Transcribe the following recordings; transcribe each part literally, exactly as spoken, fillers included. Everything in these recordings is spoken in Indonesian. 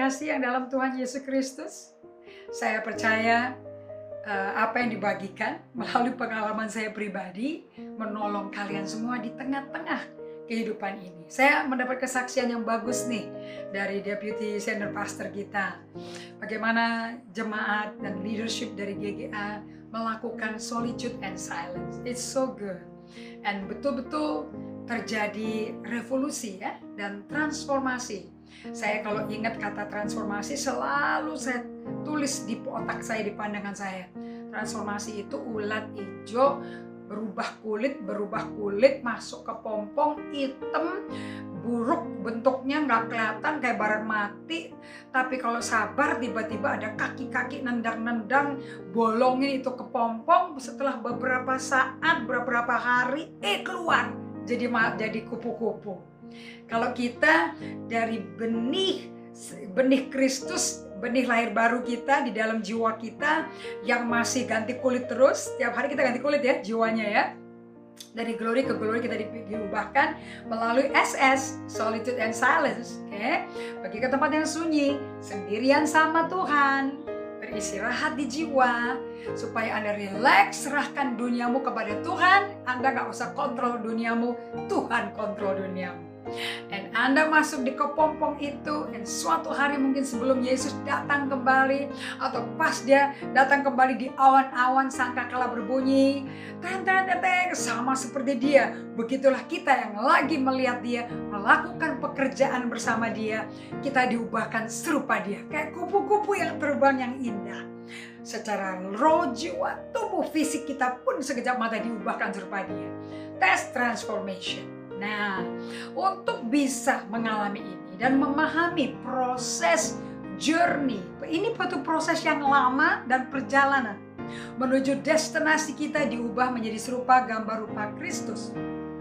kasih yang dalam Tuhan Yesus Kristus, saya percaya uh, apa yang dibagikan melalui pengalaman saya pribadi menolong kalian semua di tengah-tengah kehidupan ini. Saya mendapat kesaksian yang bagus nih dari Deputy Senior Pastor kita. Bagaimana jemaat dan leadership dari G G A melakukan solitude and silence. It's so good. And betul-betul terjadi revolusi ya dan transformasi. Saya kalau ingat kata transformasi selalu saya tulis di otak saya, di pandangan saya. Transformasi itu ulat hijau berubah kulit, berubah kulit, masuk ke pompong hitam, buruk bentuknya, nggak kelihatan kayak barang mati. Tapi kalau sabar tiba-tiba ada kaki-kaki nendang-nendang, bolongin itu ke pompong. Setelah beberapa saat, beberapa hari, eh keluar jadi jadi kupu-kupu. Kalau kita dari benih benih Kristus, benih lahir baru kita di dalam jiwa kita yang masih ganti kulit terus, tiap hari kita ganti kulit ya jiwanya ya. Dari glory ke glory kita diubahkan melalui S S, solitude and silence. Oke, okay? Pergi ke tempat yang sunyi, sendirian sama Tuhan, beristirahat di jiwa supaya Anda rileks, serahkan duniamu kepada Tuhan. Anda gak usah kontrol duniamu, Tuhan kontrol duniamu. Dan Anda masuk di kepompong itu, dan suatu hari mungkin sebelum Yesus datang kembali, atau pas dia datang kembali di awan-awan sangkakala berbunyi, teng-teng-teng, sama seperti dia. Begitulah kita yang lagi melihat dia, melakukan pekerjaan bersama dia, kita diubahkan serupa dia, kayak kupu-kupu yang terbang yang indah. Secara roh, jiwa, tubuh, fisik kita pun sekejap mata diubahkan serupa dia. Tes transformation. Nah, untuk bisa mengalami ini dan memahami proses journey, ini butuh proses yang lama dan perjalanan menuju destinasi kita diubah menjadi serupa gambar rupa Kristus.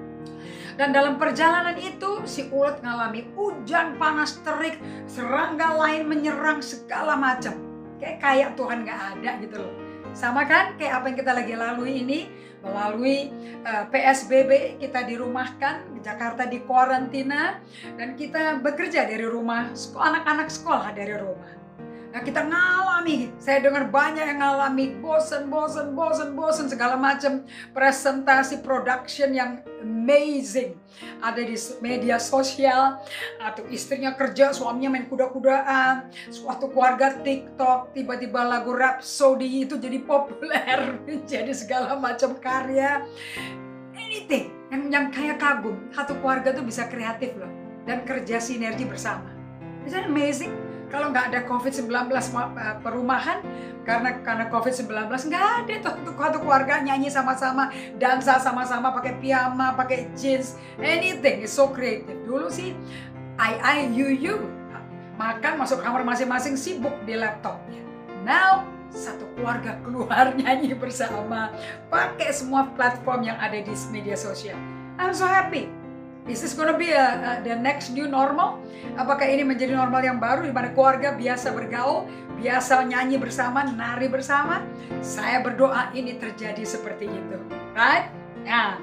Dan dalam perjalanan itu si ulat ngalami hujan panas terik, serangga lain menyerang segala macam. Kayak kayak Tuhan gak ada gitu loh. Sama kan kayak apa yang kita lagi lalui ini, melalui uh, P S B B, kita dirumahkan, Jakarta di karantina, dan kita bekerja dari rumah, anak-anak sekolah dari rumah. Nah kita ngalami, saya dengar banyak yang ngalami bosen, bosen, bosen, bosen, segala macam presentasi production yang amazing. Ada di media sosial, atau istrinya kerja, suaminya main kuda-kudaan, suatu keluarga TikTok, tiba-tiba lagu Rhapsody itu jadi populer, jadi segala macam karya. Anything, yang, yang kayak kagum, satu keluarga tuh bisa kreatif loh, dan kerja sinergi bersama. Isn't it amazing? Kalau nggak ada covid sembilan belas perumahan, karena karena covid sembilan belas nggak ada tuh satu keluarga nyanyi sama-sama, dansa sama-sama, pakai piyama, pakai jeans, anything is so creative. Dulu sih I I you you makan masuk kamar masing-masing, sibuk di laptopnya. Now satu keluarga keluar nyanyi bersama, pakai semua platform yang ada di media sosial. I'm so happy. Is this gonna be a, a, the next new normal? Apakah ini menjadi normal yang baru di mana keluarga biasa bergaul, biasa nyanyi bersama, nari bersama? Saya berdoa ini terjadi seperti itu, right? Nah,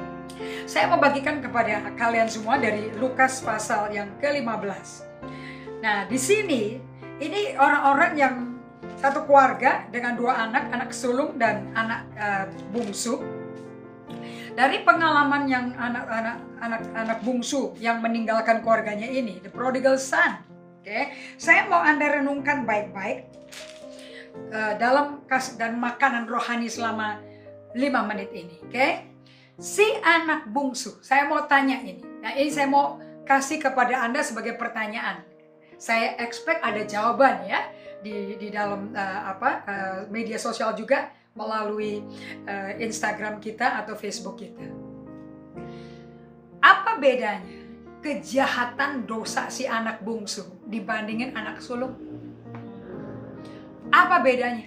saya mau bagikan kepada kalian semua dari Lukas pasal yang ke lima belas. Nah, di sini ini orang-orang yang satu keluarga dengan dua anak, anak sulung dan anak uh, bungsu. Dari pengalaman yang anak-anak anak-anak bungsu yang meninggalkan keluarganya ini, the prodigal son. Oke, okay? Saya mau Anda renungkan baik-baik uh, dalam kas dan makanan rohani selama lima menit ini. Oke, okay? Si anak bungsu, saya mau tanya ini. Nah, ini saya mau kasih kepada Anda sebagai pertanyaan. Saya expect ada jawaban ya di di dalam uh, apa uh, media sosial juga, melalui uh, Instagram kita atau Facebook kita. Apa bedanya kejahatan dosa si anak bungsu dibandingin anak sulung? Apa bedanya?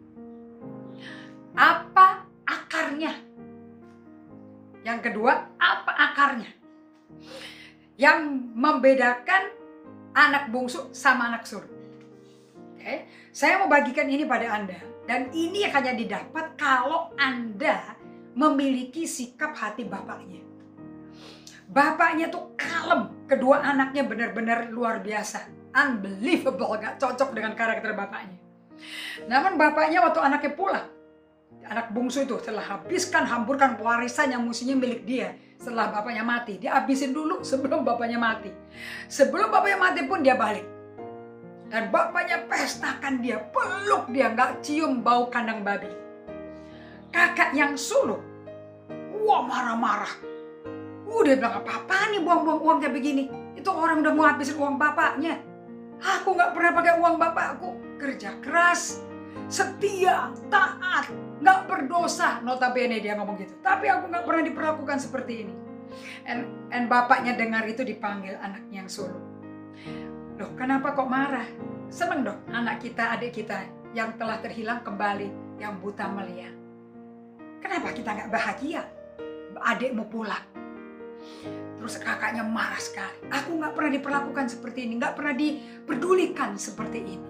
Apa akarnya? Yang kedua, apa akarnya? Yang membedakan anak bungsu sama anak sulung. Oke, okay? Saya mau bagikan ini pada Anda. Dan ini hanya didapat kalau Anda memiliki sikap hati bapaknya. Bapaknya tuh kalem, kedua anaknya benar-benar luar biasa. unbelievable, gak cocok dengan karakter bapaknya. Namun bapaknya waktu anaknya pulang, anak bungsu itu setelah habiskan, hamburkan warisan yang mestinya milik dia setelah bapaknya mati. Dia habisin dulu sebelum bapaknya mati. Sebelum bapaknya mati pun dia balik. Dan bapaknya pestakan dia, peluk dia, gak cium bau kandang babi. Kakak yang sulung, wah marah-marah. Uh, dia bilang, apa-apa nih buang-buang uang kayak begini. Itu orang udah mau habisin uang bapaknya. Aku gak pernah pakai uang bapakku. Kerja keras, setia, taat, gak berdosa. Notabene dia ngomong gitu. Tapi aku gak pernah diperlakukan seperti ini. And, and bapaknya dengar itu dipanggil anaknya yang sulung. Loh, kenapa kok marah? Seneng dong anak kita, adik kita yang telah terhilang kembali, yang buta melihat. Kenapa kita gak bahagia? Adikmu pulang. Terus kakaknya marah sekali. Aku gak pernah diperlakukan seperti ini, gak pernah dipedulikan seperti ini.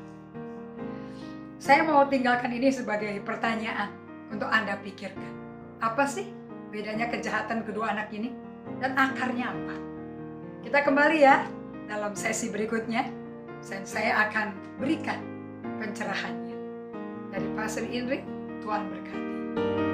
Saya mau tinggalkan ini sebagai pertanyaan untuk Anda pikirkan. Apa sih bedanya kejahatan kedua anak ini? Dan akarnya apa? Kita kembali ya dalam sesi berikutnya. Dan saya akan berikan pencerahannya. Dari Pastor Indri, Tuhan berkati.